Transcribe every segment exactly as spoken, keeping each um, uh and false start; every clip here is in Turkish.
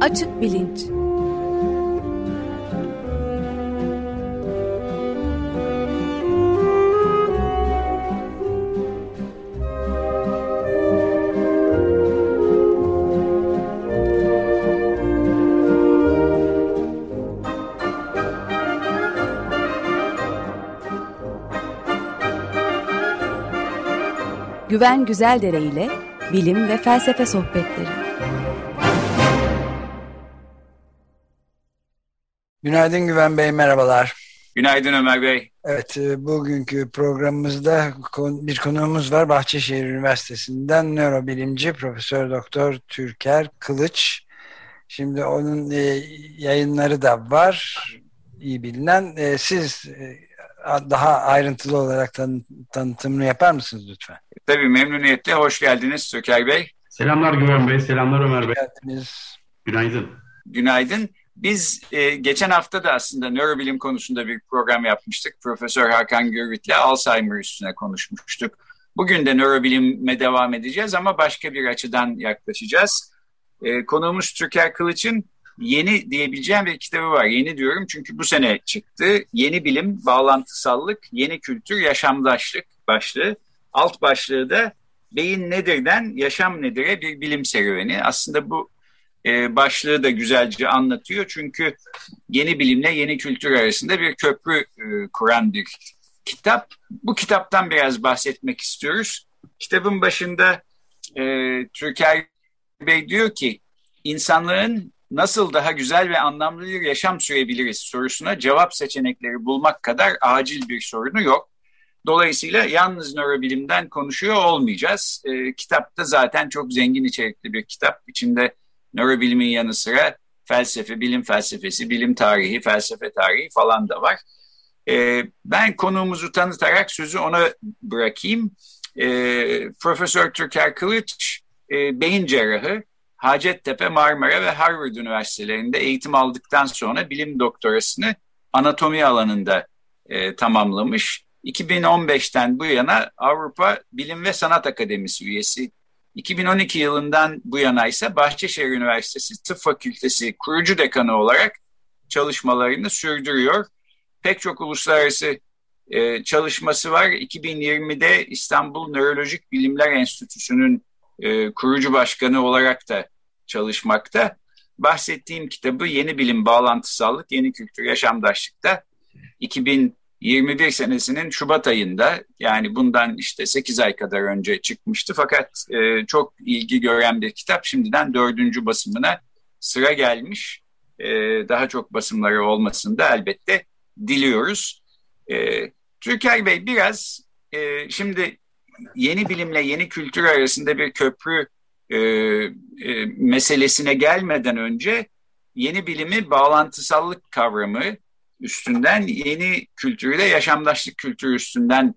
Açık Bilinç. Güven Güzeldere ile bilim ve felsefe sohbetleri. Günaydın Güven Bey, merhabalar. Günaydın Ömer Bey. Evet, bugünkü programımızda bir konuğumuz var. Bahçeşehir Üniversitesi'nden nörobilimci Profesör Doktor Türker Kılıç. Şimdi onun yayınları da var, iyi bilinen. Siz daha ayrıntılı olarak tanı, tanıtımını yapar mısınız lütfen? Tabii, memnuniyetle. Hoş geldiniz Türker Bey. Selamlar Güven Bey, selamlar Ömer Bey. Hoş geldiniz. Günaydın. Günaydın. Biz e, geçen hafta da aslında nörobilim konusunda bir program yapmıştık. Profesör Hakan Gürvit'le Alzheimer üstüne konuşmuştuk. Bugün de nörobilime devam edeceğiz ama başka bir açıdan yaklaşacağız. E, konuğumuz Türker Kılıç'ın yeni diyebileceğim bir kitabı var. Yeni diyorum çünkü bu sene çıktı. Yeni Bilim, Bağlantısallık, Yeni Kültür, Yaşamdaşlık başlığı. Alt başlığı da Beyin Nedir'den Yaşam Nedir'e bir bilim serüveni. Aslında bu e, başlığı da güzelce anlatıyor. Çünkü yeni bilimle yeni kültür arasında bir köprü e, kuran bir kitap. Bu kitaptan biraz bahsetmek istiyoruz. Kitabın başında e, Türker Bey diyor ki, insanlığın nasıl daha güzel ve anlamlı bir yaşam sürebiliriz sorusuna cevap seçenekleri bulmak kadar acil bir sorunu yok. Dolayısıyla yalnız nörobilimden konuşuyor olmayacağız. E, kitapta zaten çok zengin içerikli bir kitap. İçinde nörobilimin yanı sıra felsefe, bilim felsefesi, bilim tarihi, felsefe tarihi falan da var. E, ben konuğumuzu tanıtarak sözü ona bırakayım. E, Profesör Türker Kılıç, e, beyin cerrahı. Hacettepe, Marmara ve Harvard Üniversitelerinde eğitim aldıktan sonra bilim doktorasını anatomi alanında e, tamamlamış. iki bin on beşten bu yana Avrupa Bilim ve Sanat Akademisi üyesi. iki bin on iki yılından bu yana ise Bahçeşehir Üniversitesi Tıp Fakültesi kurucu dekanı olarak çalışmalarını sürdürüyor. Pek çok uluslararası e, çalışması var. iki bin yirmide İstanbul Nörolojik Bilimler Enstitüsü'nün e, kurucu başkanı olarak da çalışmakta. Bahsettiğim kitabı Yeni Bilim, Bağlantısallık, Yeni Kültür, Yaşamdaşlık'ta iki bin yirmi bir senesinin Şubat ayında, yani bundan işte sekiz ay kadar önce çıkmıştı. Fakat e, çok ilgi gören bir kitap. Şimdiden dördüncü basımına sıra gelmiş. E, daha çok basımları olmasını da elbette diliyoruz. E, Türker Bey, biraz e, şimdi yeni bilimle yeni kültür arasında bir köprü e, e, meselesine gelmeden önce yeni bilimi bağlantısallık kavramı üstünden, yeni kültürü de yaşamdaşlık kültürü üstünden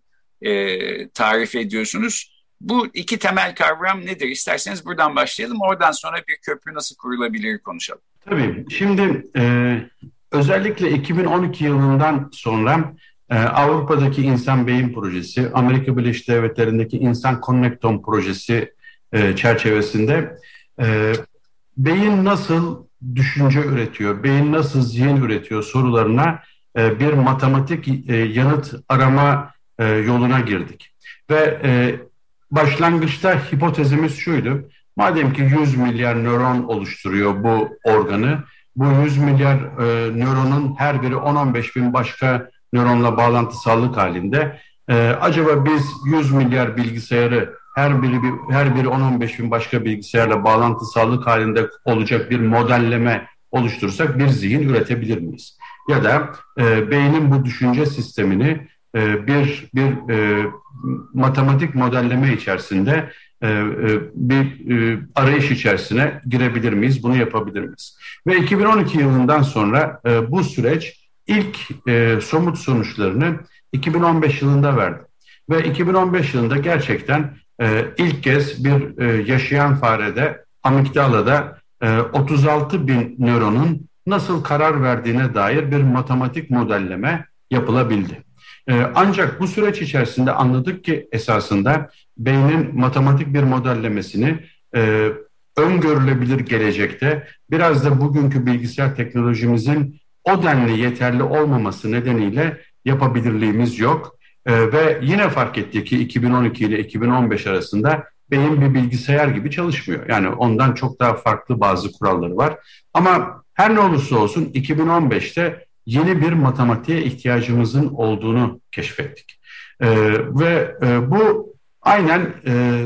e, tarif ediyorsunuz. Bu iki temel kavram nedir? İsterseniz buradan başlayalım. Oradan sonra bir köprü nasıl kurulabilir konuşalım. Tabii. Şimdi e, özellikle iki bin on iki yılından sonra e, Avrupa'daki İnsan Beyin Projesi, Amerika Birleşik Devletleri'ndeki İnsan Connectome Projesi e, çerçevesinde e, beyin nasıl düşünce üretiyor, beyin nasıl zihin üretiyor sorularına e, bir matematik e, yanıt arama e, yoluna girdik. Ve e, başlangıçta hipotezimiz şuydu: madem ki yüz milyar nöron oluşturuyor bu organı, bu yüz milyar e, nöronun her biri on on beş bin başka nöronla bağlantısallık halinde, e, acaba biz yüz milyar bilgisayarı her biri her biri on on beş bin başka bilgisayarla bağlantısallık halinde olacak bir modelleme oluştursak bir zihin üretebilir miyiz? Ya da e, beynin bu düşünce sistemini e, bir bir e, matematik modelleme içerisinde e, e, bir e, arayış içerisine girebilir miyiz? Bunu yapabilir miyiz? Ve iki bin on iki yılından sonra e, bu süreç ilk e, somut sonuçlarını iki bin on beş yılında verdi. Ve iki bin on beş yılında gerçekten e, ilk kez bir e, yaşayan farede, amigdalada e, otuz altı bin nöronun nasıl karar verdiğine dair bir matematik modelleme yapılabildi. E, ancak bu süreç içerisinde anladık ki esasında beynin matematik bir modellemesini e, öngörülebilir gelecekte biraz da bugünkü bilgisayar teknolojimizin o denli yeterli olmaması nedeniyle yapabilirliğimiz yok. Ee, ve yine fark ettik ki iki bin on iki ile iki bin on beş arasında beyin bir bilgisayar gibi çalışmıyor. Yani ondan çok daha farklı bazı kuralları var. Ama her ne olursa olsun iki bin on beşte yeni bir matematiğe ihtiyacımızın olduğunu keşfettik. Ee, ve e, bu aynen e,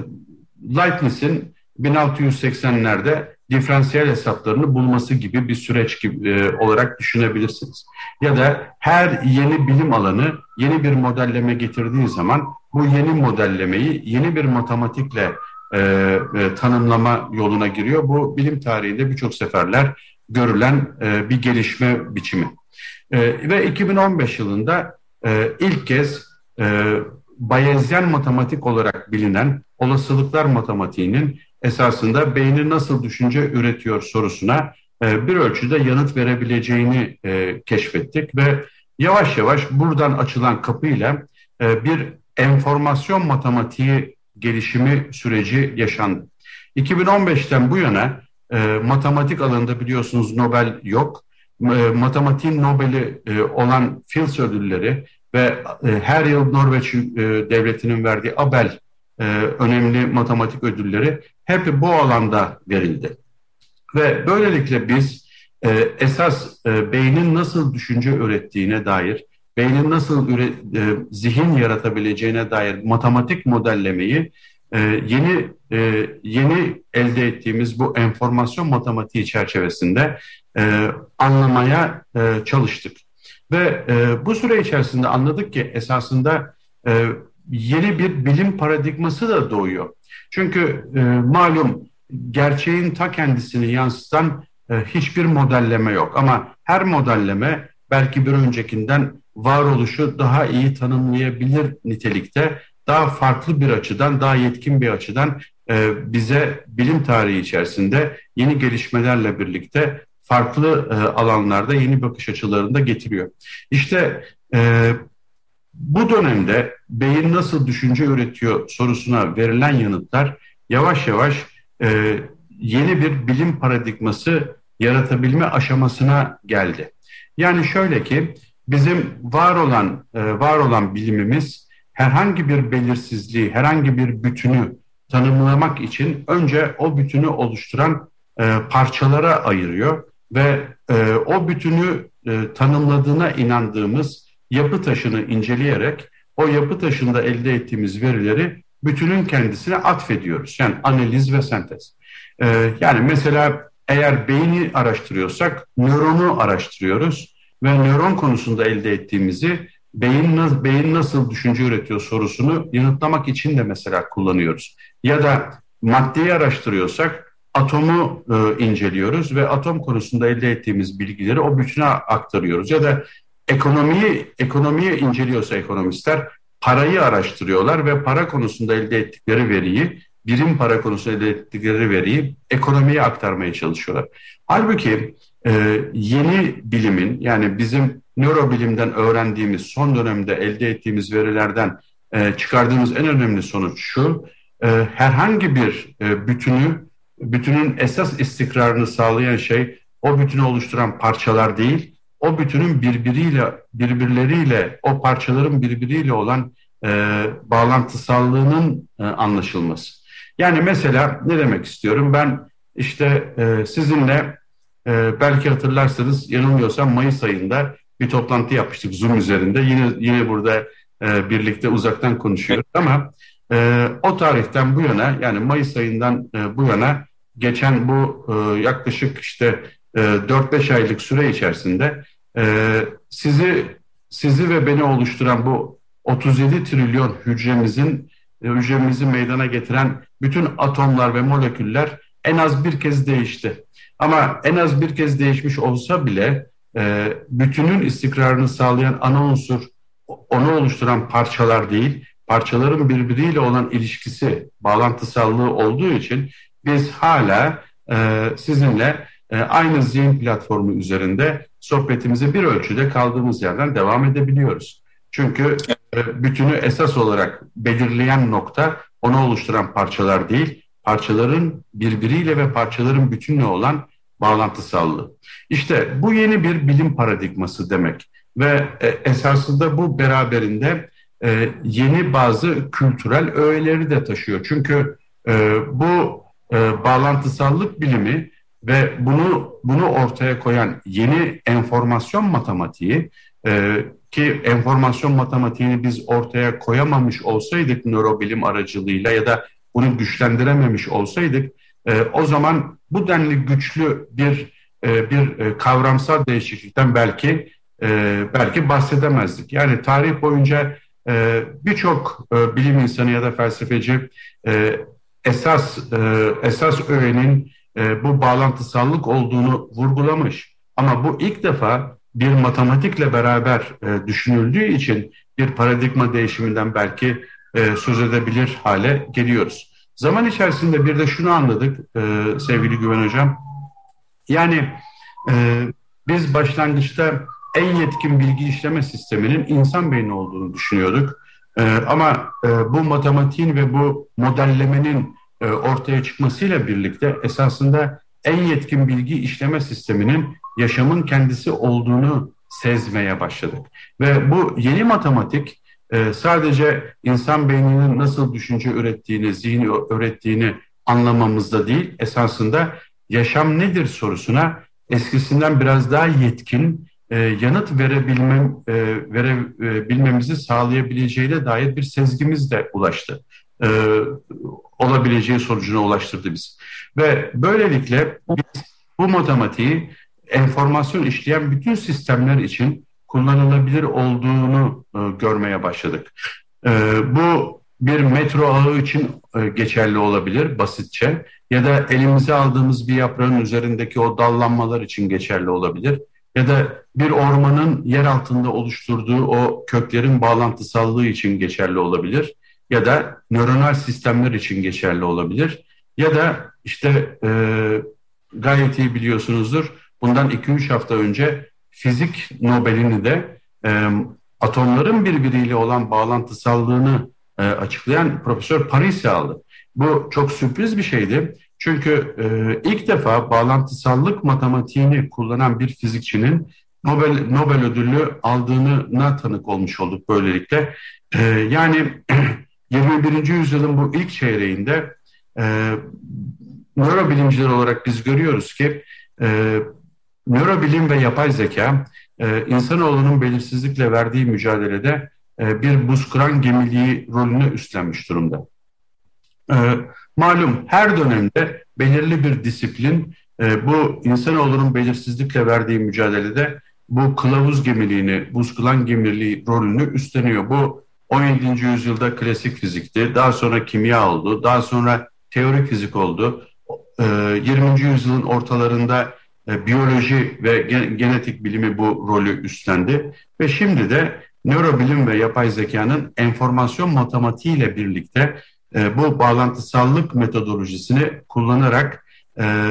Leibniz'in bin altı yüz seksenlerde diferansiyel hesaplarını bulması gibi bir süreç gibi e, olarak düşünebilirsiniz. Ya da her yeni bilim alanı yeni bir modelleme getirdiği zaman bu yeni modellemeyi yeni bir matematikle e, e, tanımlama yoluna giriyor. Bu bilim tarihinde birçok seferler görülen e, bir gelişme biçimi. E, ve iki bin on beş yılında e, ilk kez e, Bayezyen matematik olarak bilinen olasılıklar matematiğinin esasında beyni nasıl düşünce üretiyor sorusuna e, bir ölçüde yanıt verebileceğini e, keşfettik ve yavaş yavaş buradan açılan kapıyla e, bir enformasyon matematiği gelişimi süreci yaşandı. iki bin on beşten bu yana e, matematik alanında biliyorsunuz Nobel yok. E, matematiğin Nobel'i e, olan Fields ödülleri ve e, her yıl Norveç e, devletinin verdiği Abel e, önemli matematik ödülleri hep bu alanda verildi. Ve böylelikle biz e, esas e, beynin nasıl düşünce ürettiğine dair, beynin nasıl üre, e, zihin yaratabileceğine dair matematik modellemeyi e, yeni e, yeni elde ettiğimiz bu enformasyon matematiği çerçevesinde e, anlamaya e, çalıştık. Ve e, bu süre içerisinde anladık ki esasında e, yeni bir bilim paradigması da doğuyor. Çünkü e, malum gerçeğin ta kendisini yansıtan e, hiçbir modelleme yok. Ama her modelleme belki bir öncekinden varoluşu daha iyi tanımlayabilir nitelikte, daha farklı bir açıdan, daha yetkin bir açıdan e, bize bilim tarihi içerisinde yeni gelişmelerle birlikte farklı e, alanlarda yeni bakış açılarını da getiriyor. İşte e, bu dönemde beyin nasıl düşünce üretiyor sorusuna verilen yanıtlar yavaş yavaş e, yeni bir bilim paradigması yaratabilme aşamasına geldi. Yani şöyle ki bizim var olan e, var olan bilimimiz herhangi bir belirsizliği, herhangi bir bütünü tanımlamak için önce o bütünü oluşturan e, parçalara ayırıyor ve e, o bütünü e, tanımladığına inandığımız yapı taşını inceleyerek o yapı taşında elde ettiğimiz verileri bütünün kendisine atfediyoruz. Yani analiz ve sentez. Ee, yani mesela eğer beyni araştırıyorsak nöronu araştırıyoruz ve nöron konusunda elde ettiğimizi beyin, nasıl, beyin nasıl düşünce üretiyor sorusunu yanıtlamak için de mesela kullanıyoruz. Ya da maddeyi araştırıyorsak atomu e, inceliyoruz ve atom konusunda elde ettiğimiz bilgileri o bütüne aktarıyoruz. Ya da ekonomiyi ekonomiyi inceliyorsa ekonomistler parayı araştırıyorlar ve para konusunda elde ettikleri veriyi, birim para konusunda elde ettikleri veriyi ekonomiye aktarmaya çalışıyorlar. Halbuki e, yeni bilimin, yani bizim nörobilimden öğrendiğimiz, son dönemde elde ettiğimiz verilerden e, çıkardığımız en önemli sonuç şu: e, herhangi bir e, bütünü, bütünün esas istikrarını sağlayan şey o bütünü oluşturan parçalar değil, o bütünün birbiriyle, birbirleriyle, o parçaların birbiriyle olan e, bağlantısallığının e, anlaşılması. Yani mesela ne demek istiyorum? Ben işte e, sizinle e, belki hatırlarsınız, yanılmıyorsam Mayıs ayında bir toplantı yapmıştık Zoom üzerinde. Yine yine burada e, birlikte uzaktan konuşuyoruz ama e, o tarihten bu yana, yani Mayıs ayından e, bu yana geçen bu e, yaklaşık işte e, dört beş aylık süre içerisinde e, sizi sizi ve beni oluşturan bu otuz yedi trilyon hücremizin hücremizi meydana getiren bütün atomlar ve moleküller en az bir kez değişti. Ama en az bir kez değişmiş olsa bile e, bütünün istikrarını sağlayan ana unsur onu oluşturan parçalar değil, parçaların birbiriyle olan ilişkisi, bağlantısallığı olduğu için biz hala e, sizinle e, aynı zihin platformu üzerinde sohbetimize bir ölçüde kaldığımız yerden devam edebiliyoruz. Çünkü e, bütünü esas olarak belirleyen nokta onu oluşturan parçalar değil, parçaların birbiriyle ve parçaların bütünle olan bağlantısallığı. İşte bu yeni bir bilim paradigması demek ve esasında bu beraberinde e, yeni bazı kültürel öğeleri de taşıyor. Çünkü e, bu e, bağlantısallık bilimi ve bunu bunu ortaya koyan yeni enformasyon matematiği e, ki enformasyon matematiğini biz ortaya koyamamış olsaydık nörobilim aracılığıyla ya da bunu güçlendirememiş olsaydık e, o zaman bu denli güçlü bir e, bir e, kavramsal değişiklikten belki e, belki bahsedemezdik. Yani tarih boyunca e, birçok e, bilim insanı ya da felsefeci e, esas e, esas öğenin e, bu bağlantısallık olduğunu vurgulamış. Ama bu ilk defa bir matematikle beraber e, düşünüldüğü için bir paradigma değişiminden belki e, söz edebilir hale geliyoruz. Zaman içerisinde bir de şunu anladık e, sevgili Güven Hocam. Yani e, biz başlangıçta en yetkin bilgi işleme sisteminin insan beyni olduğunu düşünüyorduk. E, ama e, bu matematiğin ve bu modellemenin e, ortaya çıkmasıyla birlikte esasında en yetkin bilgi işleme sisteminin yaşamın kendisi olduğunu sezmeye başladık. Ve bu yeni matematik e, sadece insan beyninin nasıl düşünce ürettiğini, zihni öğrettiğini anlamamızda değil, esasında yaşam nedir sorusuna eskisinden biraz daha yetkin e, yanıt verebilmem, e, verebilmemizi sağlayabileceğine dair bir sezgimiz de ulaştı. E, olabileceği sonucuna ulaştırdı bizi. Ve böylelikle biz bu matematiği enformasyon işleyen bütün sistemler için kullanılabilir olduğunu e, görmeye başladık. E, bu bir metro ağı için e, geçerli olabilir basitçe ya da elimize aldığımız bir yaprağın üzerindeki o dallanmalar için geçerli olabilir ya da bir ormanın yer altında oluşturduğu o köklerin bağlantısallığı için geçerli olabilir ya da nöronal sistemler için geçerli olabilir ya da işte e, gayet iyi biliyorsunuzdur, bundan iki üç hafta önce fizik Nobel'ini de e, atomların birbiriyle olan bağlantısallığını e, açıklayan Profesör Parisi aldı. Bu çok sürpriz bir şeydi. Çünkü e, ilk defa bağlantısallık matematiğini kullanan bir fizikçinin Nobel Nobel ödülü aldığına tanık olmuş olduk böylelikle. E, yani yirmi birinci yüzyılın bu ilk çeyreğinde e, nörobilimciler olarak biz görüyoruz ki e, nörobilim ve yapay zeka e, insanoğlunun belirsizlikle verdiği mücadelede e, bir buz kıran gemiliği rolünü üstlenmiş durumda. E, malum her dönemde belirli bir disiplin e, bu insanoğlunun belirsizlikle verdiği mücadelede bu kılavuz gemiliğini, buz kıran gemiliği rolünü üstleniyor. Bu on yedinci yüzyılda klasik fizikti, daha sonra kimya oldu, daha sonra teorik fizik oldu. E, yirminci yüzyılın ortalarında e, biyoloji ve gen- genetik bilimi bu rolü üstlendi ve şimdi de nörobilim ve yapay zekanın enformasyon matematiğiyle birlikte e, bu bağlantısallık metodolojisini kullanarak e,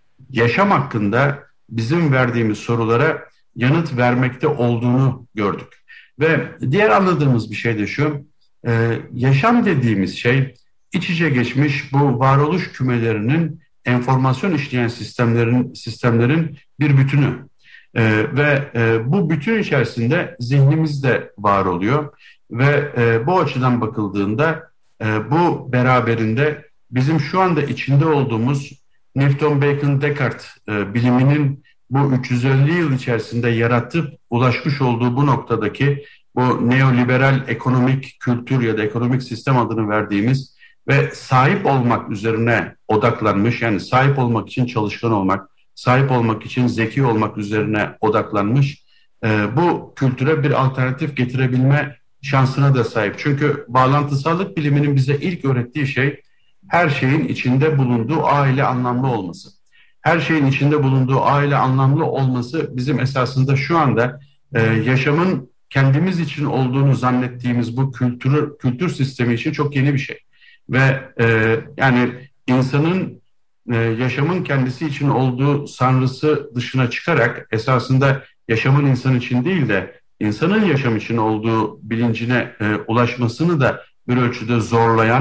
yaşam hakkında bizim verdiğimiz sorulara yanıt vermekte olduğunu gördük. Ve diğer anladığımız bir şey de şu, e, yaşam dediğimiz şey iç içe geçmiş bu varoluş kümelerinin enformasyon işleyen sistemlerin sistemlerin bir bütünü. E, ve e, bu bütün içerisinde zihnimiz de var oluyor ve e, bu açıdan bakıldığında e, bu beraberinde bizim şu anda içinde olduğumuz Newton, Bacon, Descartes e, biliminin bu üç yüz elli yıl içerisinde yaratıp ulaşmış olduğu bu noktadaki bu neoliberal ekonomik kültür ya da ekonomik sistem adını verdiğimiz ve sahip olmak üzerine odaklanmış, yani sahip olmak için çalışkan olmak, sahip olmak için zeki olmak üzerine odaklanmış e, bu kültüre bir alternatif getirebilme şansına da sahip. Çünkü bağlantısallık biliminin bize ilk öğrettiği şey her şeyin içinde bulunduğu aile anlamlı olması. Her şeyin içinde bulunduğu aile anlamlı olması bizim esasında şu anda e, yaşamın kendimiz için olduğunu zannettiğimiz bu kültür, kültür sistemi için çok yeni bir şey. Ve e, yani insanın e, yaşamın kendisi için olduğu sanrısı dışına çıkarak esasında yaşamın insan için değil de insanın yaşam için olduğu bilincine e, ulaşmasını da bir ölçüde zorlayan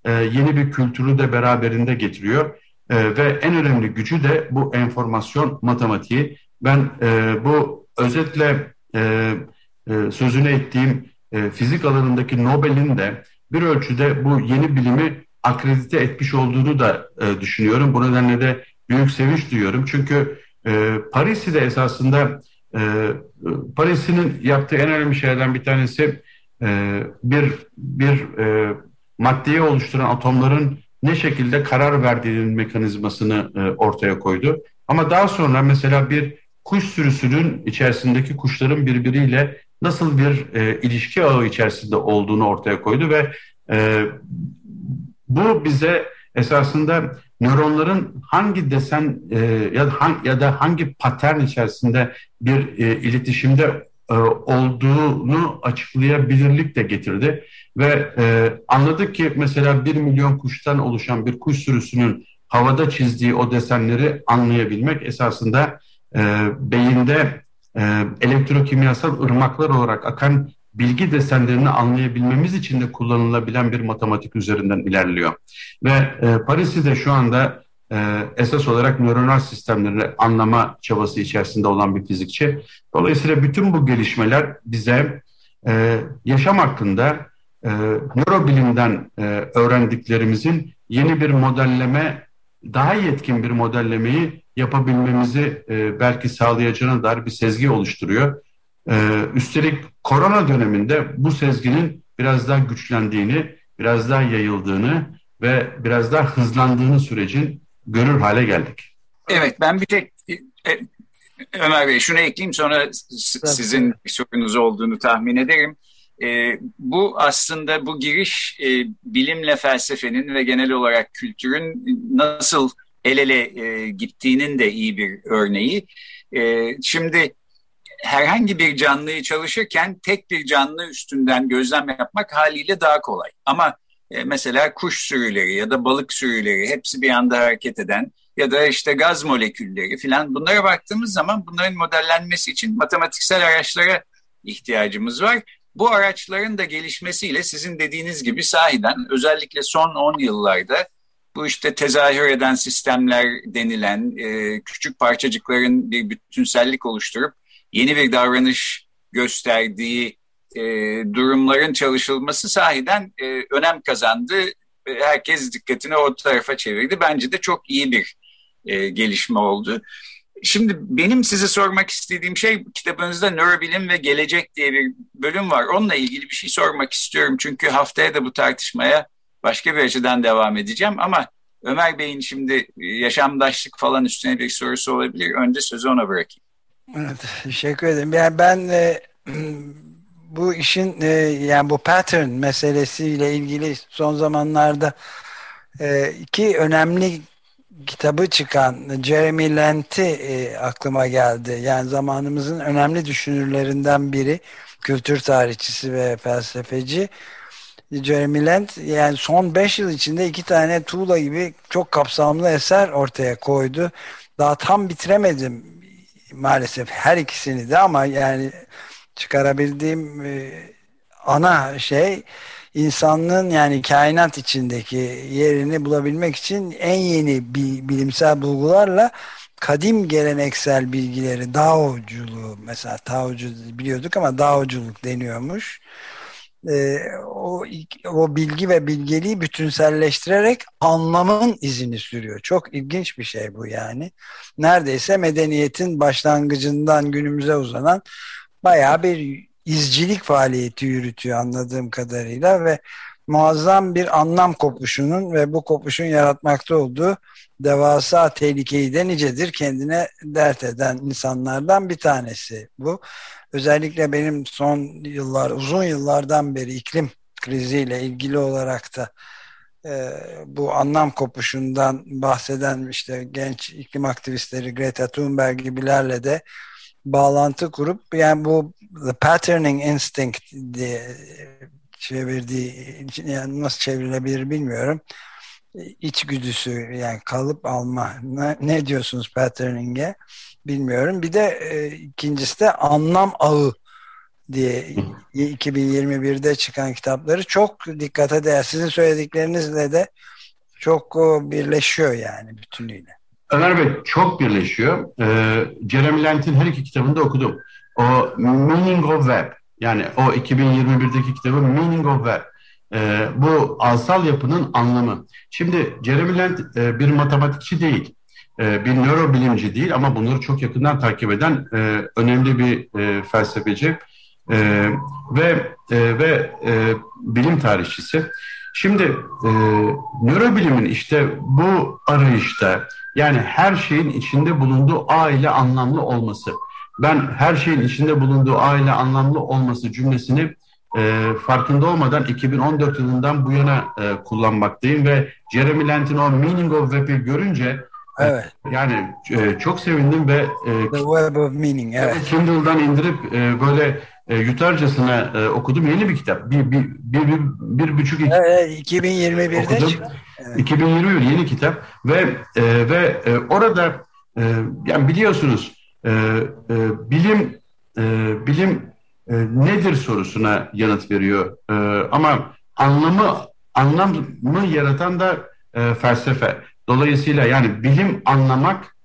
e, yeni bir kültürü de beraberinde getiriyor. E, ve en önemli gücü de bu enformasyon matematiği. Ben e, bu özetle e, e, sözünü ettiğim e, fizik alanındaki Nobel'in de bir ölçüde bu yeni bilimi akredite etmiş olduğunu da e, düşünüyorum. Bu nedenle de büyük sevinç duyuyorum. Çünkü e, Paris'i de esasında e, Paris'in yaptığı en önemli şeylerden bir tanesi e, bir bir e, maddeyi oluşturan atomların ne şekilde karar verdiğinin mekanizmasını e, ortaya koydu. Ama daha sonra mesela bir kuş sürüsünün içerisindeki kuşların birbiriyle nasıl bir e, ilişki ağı içerisinde olduğunu ortaya koydu ve e, bu bize esasında nöronların hangi desen e, ya, da hangi, ya da hangi patern içerisinde bir e, iletişimde e, olduğunu açıklayabilirlik de getirdi. Ve e, anladık ki mesela bir milyon kuştan oluşan bir kuş sürüsünün havada çizdiği o desenleri anlayabilmek esasında e, beyinde e, elektrokimyasal ırmaklar olarak akan bilgi desenlerini anlayabilmemiz için de kullanılabilen bir matematik üzerinden ilerliyor. Ve e, Paris'i de şu anda e, esas olarak nöronal sistemleri anlama çabası içerisinde olan bir fizikçi. Dolayısıyla bütün bu gelişmeler bize e, yaşam hakkında e, nörobilimden e, öğrendiklerimizin yeni bir modelleme, daha yetkin bir modellemeyi yapabilmemizi e, belki sağlayacağına dair bir sezgi oluşturuyor. Ee, üstelik korona döneminde bu sezginin biraz daha güçlendiğini, biraz daha yayıldığını ve biraz daha hızlandığını sürecin görür hale geldik. Evet, ben bir tek e, Ömer Bey şunu ekleyeyim, sonra sizin bir sorunuz olduğunu tahmin ederim. E, bu aslında bu giriş e, bilimle felsefenin ve genel olarak kültürün nasıl el ele e, gittiğinin de iyi bir örneği. E, şimdi herhangi bir canlıyı çalışırken tek bir canlı üstünden gözlem yapmak haliyle daha kolay. Ama e, mesela kuş sürüleri ya da balık sürüleri, hepsi bir anda hareket eden ya da işte gaz molekülleri filan, bunlara baktığımız zaman bunların modellenmesi için matematiksel araçlara ihtiyacımız var. Bu araçların da gelişmesiyle sizin dediğiniz gibi sahiden özellikle son on yıllarda bu işte tezahür eden sistemler denilen e, küçük parçacıkların bir bütünsellik oluşturup yeni bir davranış gösterdiği e, durumların çalışılması sahiden e, önem kazandı. E, herkes dikkatini o tarafa çevirdi. Bence de çok iyi bir e, gelişme oldu. Şimdi benim size sormak istediğim şey, kitabınızda Nörobilim ve Gelecek diye bir bölüm var. Onunla ilgili bir şey sormak istiyorum. Çünkü haftaya da bu tartışmaya başka bir açıdan devam edeceğim. Ama Ömer Bey'in şimdi yaşamdaşlık falan üstüne bir sorusu olabilir. Önce sözü ona bırakayım. Evet, teşekkür ederim. Yani ben e, bu işin e, yani bu pattern meselesiyle ilgili son zamanlarda e, iki önemli kitabı çıkan Jeremy Lent'i e, aklıma geldi. Yani zamanımızın önemli düşünürlerinden biri, kültür tarihçisi ve felsefeci Jeremy Lent. Yani son beş yıl içinde iki tane tuğla gibi çok kapsamlı eser ortaya koydu. Daha tam bitiremedim maalesef her ikisini de, ama yani çıkarabildiğim e, ana şey insanlığın, yani kainat içindeki yerini bulabilmek için en yeni bi, bilimsel bulgularla kadim geleneksel bilgileri, Daoculuğu, mesela Taocu biliyorduk ama Daoculuk deniyormuş. E, o, o bilgi ve bilgeliği bütünselleştirerek anlamın izini sürüyor. Çok ilginç bir şey bu yani. Neredeyse medeniyetin başlangıcından günümüze uzanan bayağı bir izcilik faaliyeti yürütüyor anladığım kadarıyla ve muazzam bir anlam kopuşunun ve bu kopuşun yaratmakta olduğu devasa tehlikeyi de nicedir kendine dert eden insanlardan bir tanesi bu. Özellikle benim son yıllar, uzun yıllardan beri iklim kriziyle ilgili olarak da e, bu anlam kopuşundan bahseden işte genç iklim aktivistleri Greta Thunberg gibilerle de bağlantı kurup, yani bu the patterning instinct diye çevirdiği, yani nasıl çevrilebilir bilmiyorum. İçgüdüsü, yani kalıp alma. Ne, ne diyorsunuz patterning'e? Bilmiyorum. Bir de e, ikincisi de anlam ağı diye iki bin yirmi birde çıkan kitapları çok dikkate değer. Sizin söylediklerinizle de çok birleşiyor yani bütünüyle. Ömer Bey, çok birleşiyor. Ee, Jeremy Lent'in her iki kitabını da okudum. O Meaning of Web, yani o iki bin yirmi birdeki kitabı Meaning of Web. Ee, bu alsal yapının anlamı. Şimdi Jeremy Lent e, bir matematikçi değil, e, bir nörobilimci değil ama bunları çok yakından takip eden e, önemli bir e, felsefeci e, ve e, ve e, bilim tarihçisi. Şimdi e, nörobilimin işte bu arayışta, yani her şeyin içinde bulunduğu aile anlamlı olması. Ben her şeyin içinde bulunduğu aile anlamlı olması cümlesini e, farkında olmadan iki bin on dört yılından bu yana e, kullanmaktayım ve Jeremy Lent'in o Meaning of Web'i görünce evet. e, yani e, çok sevindim ve e, The Web of Meaning, evet. Kindle'dan indirip e, böyle e, yutarcasına e, okudum. Yeni bir kitap. Bir, bir, bir, bir, bir buçuk iki, evet, iki bin yirmi birde çıktı. Evet. iki bin yirmi bir yeni kitap ve e, ve e, orada e, yani biliyorsunuz e, e, bilim e, bilim e, nedir sorusuna yanıt veriyor. E, ama anlamı anlamı yaratan da e, felsefe. Dolayısıyla yani bilim anlamak,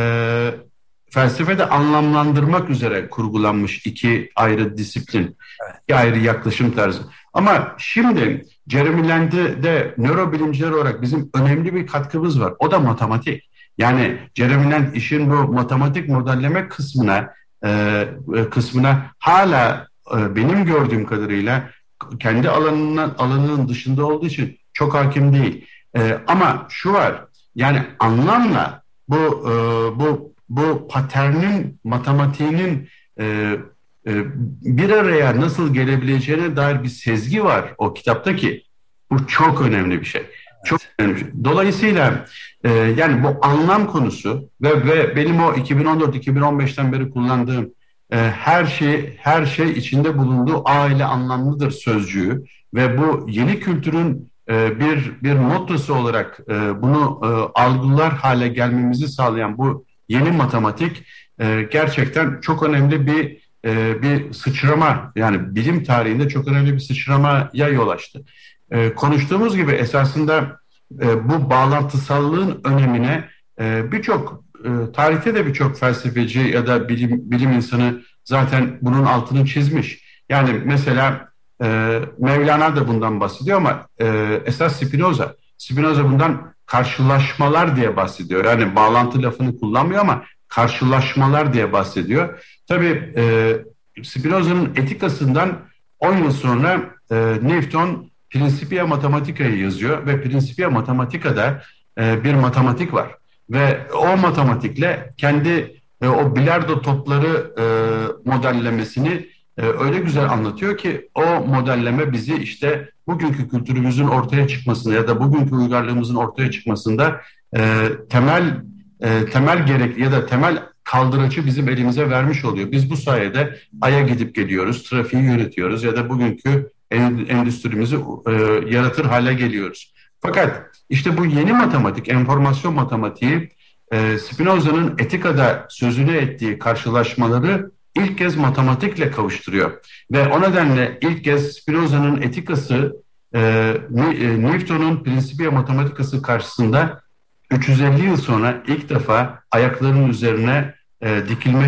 e, felsefe de anlamlandırmak üzere kurgulanmış iki ayrı disiplin, evet. iki ayrı yaklaşım tarzı. Ama şimdi Jeremy Lent'e de nörobilimciler olarak bizim önemli bir katkımız var. O da matematik. Yani Jeremy Lent işin bu matematik modelleme kısmına e, kısmına hala e, benim gördüğüm kadarıyla kendi alanının alanının dışında olduğu için çok hakim değil. E, ama şu var. Yani anlamla bu e, bu bu paternin matematiğinin e, e, bir araya nasıl gelebileceğine dair bir sezgi var o kitaptaki. Bu çok önemli bir şey. Çok önemli bir şey. Dolayısıyla e, yani bu anlam konusu ve ve benim o iki bin on dört iki bin on beşten beri kullandığım e, her şey her şey içinde bulunduğu aile anlamlıdır sözcüğü ve bu yeni kültürün e, bir bir mottosu olarak e, bunu e, algılar hale gelmemizi sağlayan bu yeni matematik e, gerçekten çok önemli bir e, bir sıçrama, yani bilim tarihinde çok önemli bir sıçramaya yol açtı. E, konuştuğumuz gibi esasında e, bu bağlantısallığın önemine e, birçok e, tarihte de birçok felsefeci ya da bilim bilim insanı zaten bunun altını çizmiş. Yani mesela e, Mevlana da bundan bahsediyor ama e, esas Spinoza, Spinoza bundan karşılaşmalar diye bahsediyor. Yani bağlantı lafını kullanmıyor ama karşılaşmalar diye bahsediyor. Tabii e, Spinoza'nın etikasından on yıl sonra e, Newton Principia Mathematica'yı yazıyor ve Principia Mathematica'da e, bir matematik var. Ve o matematikle kendi e, o bilardo topları e, modellemesini e, öyle güzel anlatıyor ki o modelleme bizi işte bugünkü kültürümüzün ortaya çıkmasında ya da bugünkü uygarlığımızın ortaya çıkmasında e, temel e, temel gerek ya da temel kaldıraçı bizim elimize vermiş oluyor. Biz bu sayede Ay'a gidip geliyoruz, trafiği yönetiyoruz ya da bugünkü endüstrimizi e, yaratır hale geliyoruz. Fakat işte bu yeni matematik, enformasyon matematiği e, Spinoza'nın Etika'da sözünü ettiği karşılaşmaları ilk kez matematikle kavuşturuyor. Ve o nedenle ilk kez Spinoza'nın Etikası e, Newton'un Principia Mathematica'sı karşısında üç yüz elli yıl sonra ilk defa ayaklarının üzerine e, dikilme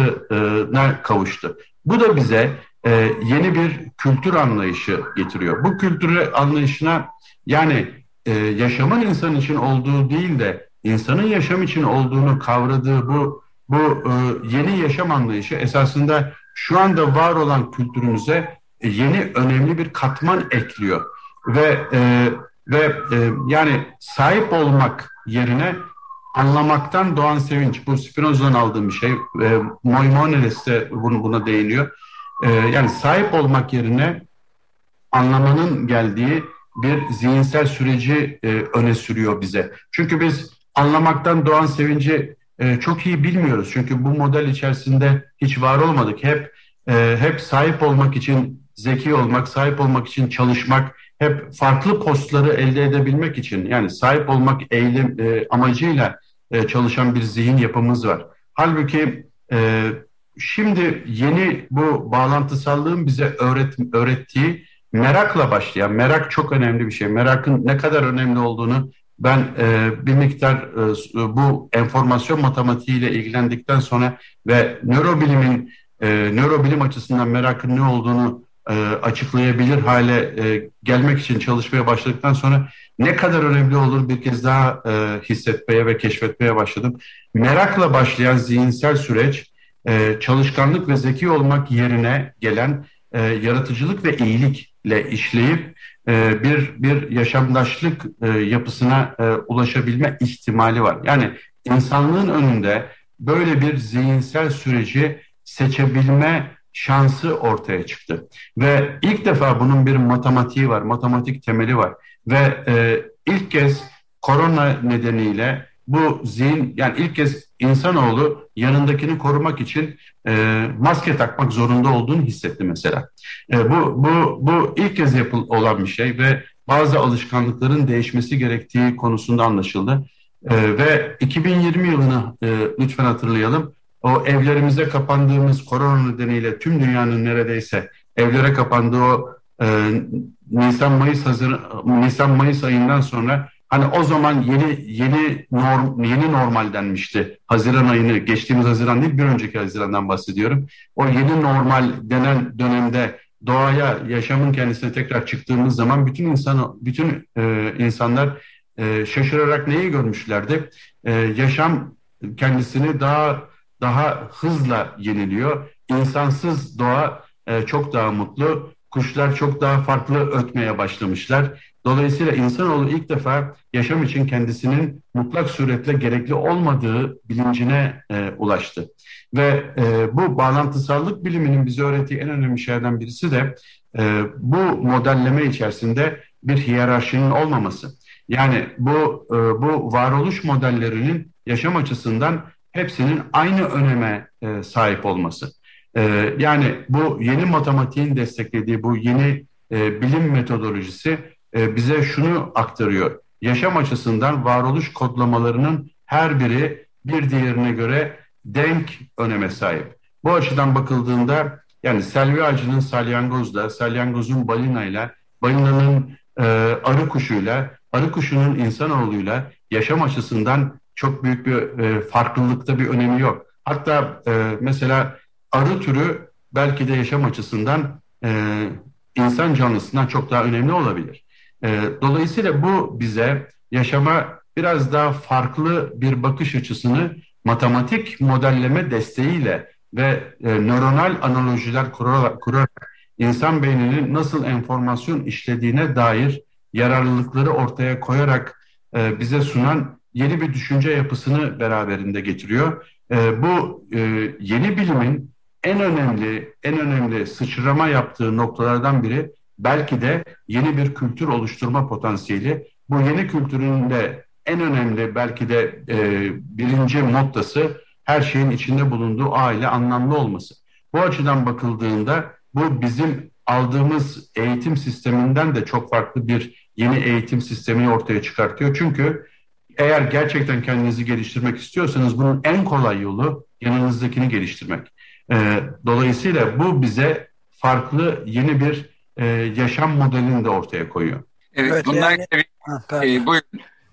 şansına kavuştu. Bu da bize e, yeni bir kültür anlayışı getiriyor. Bu kültür anlayışına yani e, yaşamın insan için olduğu değil de insanın yaşam için olduğunu kavradığı bu bu e, yeni yaşam anlayışı esasında şu anda var olan kültürümüze e, yeni önemli bir katman ekliyor ve e, ve e, yani sahip olmak yerine anlamaktan doğan sevinç. Bu Spinoza'dan aldığım bir şey. E, Maimonides de bunu, buna değiniyor. E, yani sahip olmak yerine anlamanın geldiği bir zihinsel süreci e, öne sürüyor bize. Çünkü biz anlamaktan doğan sevinci e, çok iyi bilmiyoruz. Çünkü bu model içerisinde hiç var olmadık. Hep e, hep sahip olmak için zeki olmak, sahip olmak için çalışmak, hep farklı postları elde edebilmek için, yani sahip olmak eylem e, amacıyla e, çalışan bir zihin yapımız var. Halbuki e, Şimdi yeni bu bağlantısallığın bize öğret, öğrettiği merakla başlayan, merak çok önemli bir şey. Merakın ne kadar önemli olduğunu ben e, bir miktar e, bu enformasyon matematiğiyle ilgilendikten sonra ve nörobilimin, e, nörobilim açısından merakın ne olduğunu e, açıklayabilir hale e, gelmek için çalışmaya başladıktan sonra ne kadar önemli olur bir kez daha e, hissetmeye ve keşfetmeye başladım. Merakla başlayan zihinsel süreç, e, çalışkanlık ve zeki olmak yerine gelen e, yaratıcılık ve iyilikle işleyip e, bir bir yaşamdaşlık e, yapısına e, ulaşabilme ihtimali var. Yani insanlığın önünde böyle bir zihinsel süreci seçebilme şansı ortaya çıktı. Ve ilk defa bunun bir matematiği var, matematik temeli var. Ve e, ilk kez korona nedeniyle bu zihin, yani ilk kez insanoğlu yanındakini korumak için e, maske takmak zorunda olduğunu hissetti mesela. E, bu bu bu ilk kez yapıl olan bir şey ve bazı alışkanlıkların değişmesi gerektiği konusunda anlaşıldı. E, ve iki bin yirmi yılını e, lütfen hatırlayalım. O evlerimize kapandığımız korona nedeniyle tüm dünyanın neredeyse evlere kapandığı o e, Nisan Mayıs Hazır Nisan Mayıs ayından sonra, hani o zaman yeni yeni norm, yeni normal denmişti. Haziran ayını, geçtiğimiz Haziran değil, bir önceki Haziran'dan bahsediyorum. O yeni normal denen dönemde doğaya, yaşamın kendisine tekrar çıktığımız zaman bütün insan bütün e, insanlar e, şaşırarak neyi görmüşlerdi? E, yaşam kendisini daha daha hızla yeniliyor. İnsansız doğa e, çok daha mutlu. Kuşlar çok daha farklı ötmeye başlamışlar. Dolayısıyla insanoğlu ilk defa yaşam için kendisinin mutlak suretle gerekli olmadığı bilincine e, ulaştı. Ve e, bu bağlantısallık biliminin bize öğrettiği en önemli şeylerden birisi de e, bu modelleme içerisinde bir hiyerarşinin olmaması. Yani bu e, bu varoluş modellerinin yaşam açısından hepsinin aynı öneme e, sahip olması. E, yani bu yeni matematiğin desteklediği bu yeni e, bilim metodolojisi e, bize şunu aktarıyor. Yaşam açısından varoluş kodlamalarının her biri bir diğerine göre denk öneme sahip. Bu açıdan bakıldığında yani selvi ağacının salyangozla, salyangozun balinayla, balinanın e, arı kuşuyla, arı kuşunun insanoğluyla yaşam açısından çok büyük bir e, farklılıkta bir önemi yok. Hatta e, mesela arı türü belki de yaşam açısından e, insan canlısından çok daha önemli olabilir. E, dolayısıyla bu bize yaşama biraz daha farklı bir bakış açısını matematik modelleme desteğiyle ve e, nöronal analojiler kurarak, kurarak insan beyninin nasıl enformasyon işlediğine dair yararlılıkları ortaya koyarak e, bize sunan yeni bir düşünce yapısını beraberinde getiriyor. E, bu e, yeni bilimin en önemli en önemli sıçrama yaptığı noktalardan biri belki de yeni bir kültür oluşturma potansiyeli. Bu yeni kültürün de en önemli belki de e, birinci noktası her şeyin içinde bulunduğu aile anlamlı olması. Bu açıdan bakıldığında bu bizim aldığımız eğitim sisteminden de çok farklı bir yeni eğitim sistemini ortaya çıkartıyor. Çünkü eğer gerçekten kendinizi geliştirmek istiyorsanız bunun en kolay yolu yanınızdakini geliştirmek. E, dolayısıyla bu bize farklı yeni bir e, yaşam modelini de ortaya koyuyor. Evet, Evet, bunlar yani, tabii. ha, E, buyurun.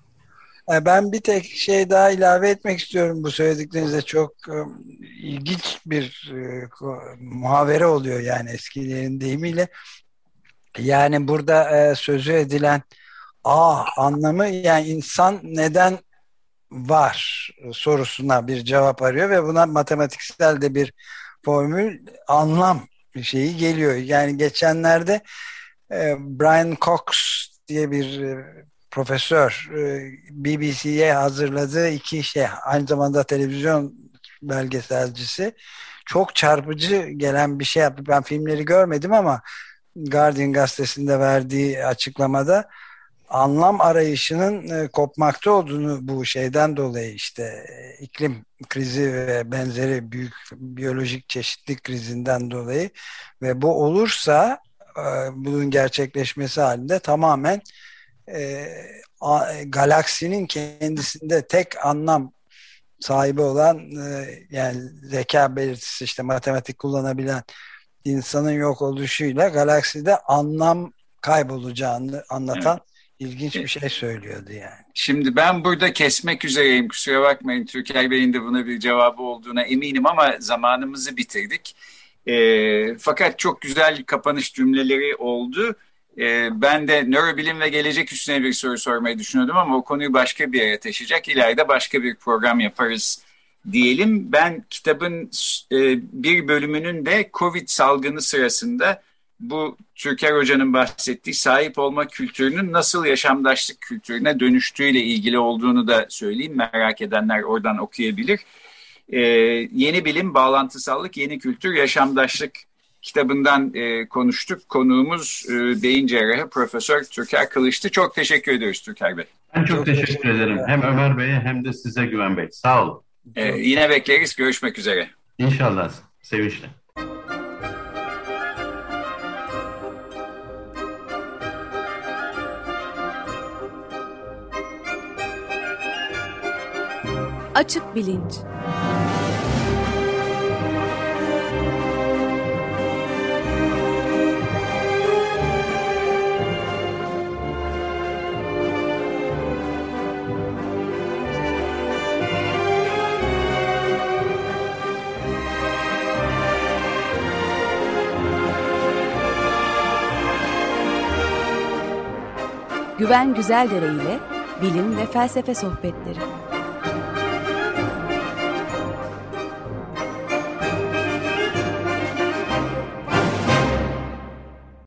Ben bir tek şey daha ilave etmek istiyorum. Bu söylediklerinize çok e, ilginç bir e, ko- muhavere oluyor yani eskilerin deyimiyle. Yani burada e, sözü edilen A anlamı, yani insan neden var sorusuna bir cevap arıyor ve buna matematiksel de bir formül, anlam şeyi geliyor. Yani geçenlerde e, Brian Cox diye bir e, profesör e, B B C'ye hazırladığı iki şey, aynı zamanda televizyon belgeselcisi, çok çarpıcı gelen bir şey yaptı. Ben filmleri görmedim ama Guardian gazetesinde verdiği açıklamada anlam arayışının e, kopmakta olduğunu, bu şeyden dolayı işte e, iklim krizi ve benzeri büyük biyolojik çeşitlilik krizinden dolayı, ve bu olursa e, bunun gerçekleşmesi halinde tamamen e, a, galaksinin kendisinde tek anlam sahibi olan e, yani zeka belirtisi işte matematik kullanabilen insanın yok oluşuyla galakside anlam kaybolacağını anlatan evet. ilginç bir şey söylüyordu yani. Şimdi ben burada kesmek üzereyim, kusura bakmayın, Türker Bey'in de buna bir cevabı olduğuna eminim ama zamanımızı bitirdik. E, fakat çok güzel kapanış cümleleri oldu. E, ben de nörobilim ve gelecek üstüne bir soru sormayı düşünüyordum ama o konuyu başka bir yere taşıyacak. İleride başka bir program yaparız diyelim. Ben kitabın e, bir bölümünün de Covid salgını sırasında bu Türker Hoca'nın bahsettiği sahip olma kültürünün nasıl yaşamdaşlık kültürüne dönüştüğüyle ilgili olduğunu da söyleyeyim. Merak edenler oradan okuyabilir. Ee, Yeni Bilim, Bağlantısallık, Yeni Kültür, Yaşamdaşlık kitabından e, konuştuk. Konuğumuz e, beyin cerrahı Profesör Türker Kılıç'tı. Çok teşekkür ediyoruz Türker Bey. Ben çok, çok teşekkür, teşekkür ederim. Hem Ömer Bey'e hem de size Güven Bey. Sağ olun. Ee, yine bekleriz. Görüşmek üzere. İnşallah. Sevinçle. Açık Bilinç. Güven Güzeldere ile bilim ve felsefe sohbetleri.